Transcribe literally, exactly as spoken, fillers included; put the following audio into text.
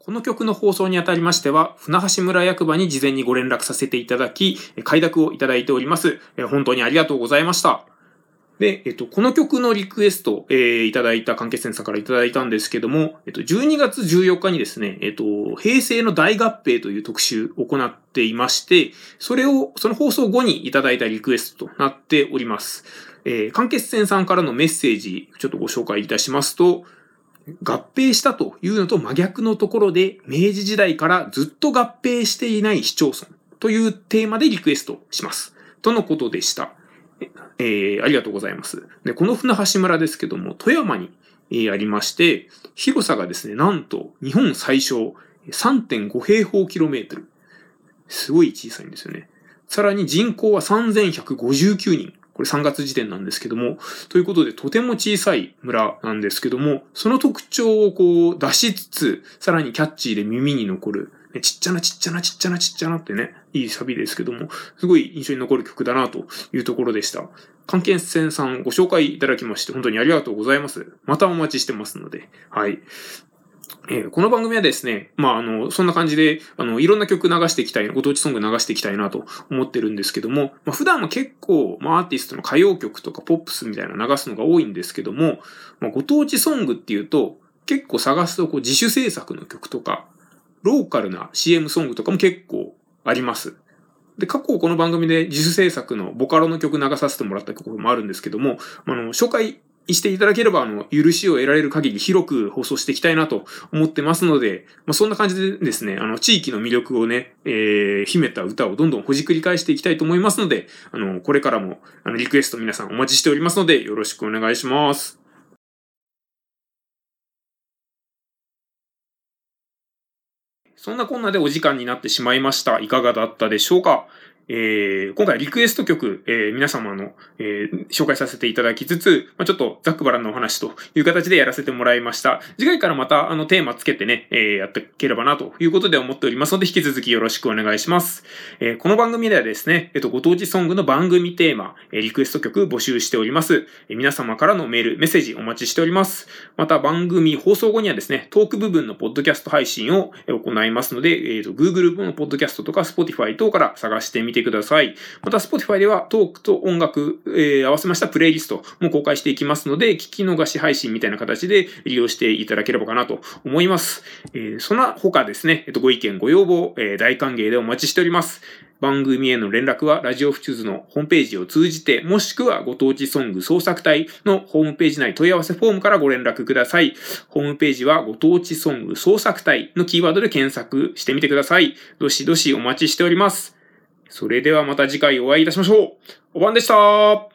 この曲の放送にあたりましては、船橋村役場に事前にご連絡させていただき、快諾をいただいております。本当にありがとうございました。で、えっと、この曲のリクエスト、えー、いただいた、関係線さんからいただいたんですけども、えっと、じゅうにがつじゅうよっかにですね、えっと、平成の大合併という特集を行っていまして、それを、その放送後にいただいたリクエストとなっております。えー、関係線さんからのメッセージ、ちょっとご紹介いたしますと、合併したというのと真逆のところで、明治時代からずっと合併していない市町村というテーマでリクエストします。とのことでした。えー、ありがとうございます。で、この船橋村ですけども、富山に、えー、ありまして、広さがですね、なんと日本最小 さんてんご 平方キロメートル。すごい小さいんですよね。さらに人口はさんぜんひゃくごじゅうきゅうにん。これさんがつ時点なんですけども、ということでとても小さい村なんですけども、その特徴をこう出しつつ、さらにキャッチーで耳に残る、ちっちゃなちっちゃなちっちゃなちっちゃなってね、いいサビですけども、すごい印象に残る曲だなというところでした。関係線さんご紹介いただきまして本当にありがとうございます。またお待ちしてますので、はい。えー、この番組はですね、まあ、あの、そんな感じで、あの、いろんな曲流していきたい、ご当地ソング流していきたいなと思ってるんですけども、まあ、普段は結構、まあ、アーティストの歌謡曲とかポップスみたいなの流すのが多いんですけども、まあ、ご当地ソングっていうと、結構探すとこう自主制作の曲とか、ローカルな シーエム ソングとかも結構あります。で、過去この番組で自主制作のボカロの曲流させてもらった曲もあるんですけども、あの、紹介していただければ、あの、許しを得られる限り広く放送していきたいなと思ってますので、まあ、そんな感じでですね、あの、地域の魅力をね、えー、秘めた歌をどんどんほじくり返していきたいと思いますので、あの、これからも、あの、リクエスト皆さんお待ちしておりますので、よろしくお願いします。そんなこんなでお時間になってしまいました。いかがだったでしょうか？えー、今回リクエスト曲、えー、皆様の、えー、紹介させていただきつつ、まあ、ちょっとざっくばらんのお話という形でやらせてもらいました。次回からまたあのテーマつけてね、えー、やっていければなということで思っておりますので、引き続きよろしくお願いします。えー、この番組ではですね、えっと、ご当地ソングの番組テーマ、えー、リクエスト曲募集しております。えー、皆様からのメール、メッセージお待ちしております。また番組放送後にはですね、トーク部分のポッドキャスト配信を行いますので、えっと、Google のポッドキャストとか Spotify 等から探してみてください。また Spotify ではトークと音楽、えー、合わせましたプレイリストも公開していきますので、聞き逃し配信みたいな形で利用していただければかなと思います。えー、その他ですね、えっと、ご意見ご要望、えー、大歓迎でお待ちしております。番組への連絡はラジオフチューズのホームページを通じて、もしくはご当地ソング創作隊のホームページ内問い合わせフォームからご連絡ください。ホームページはご当地ソング創作隊のキーワードで検索してみてください。どしどしお待ちしております。それではまた次回お会いいたしましょう。おばんでした。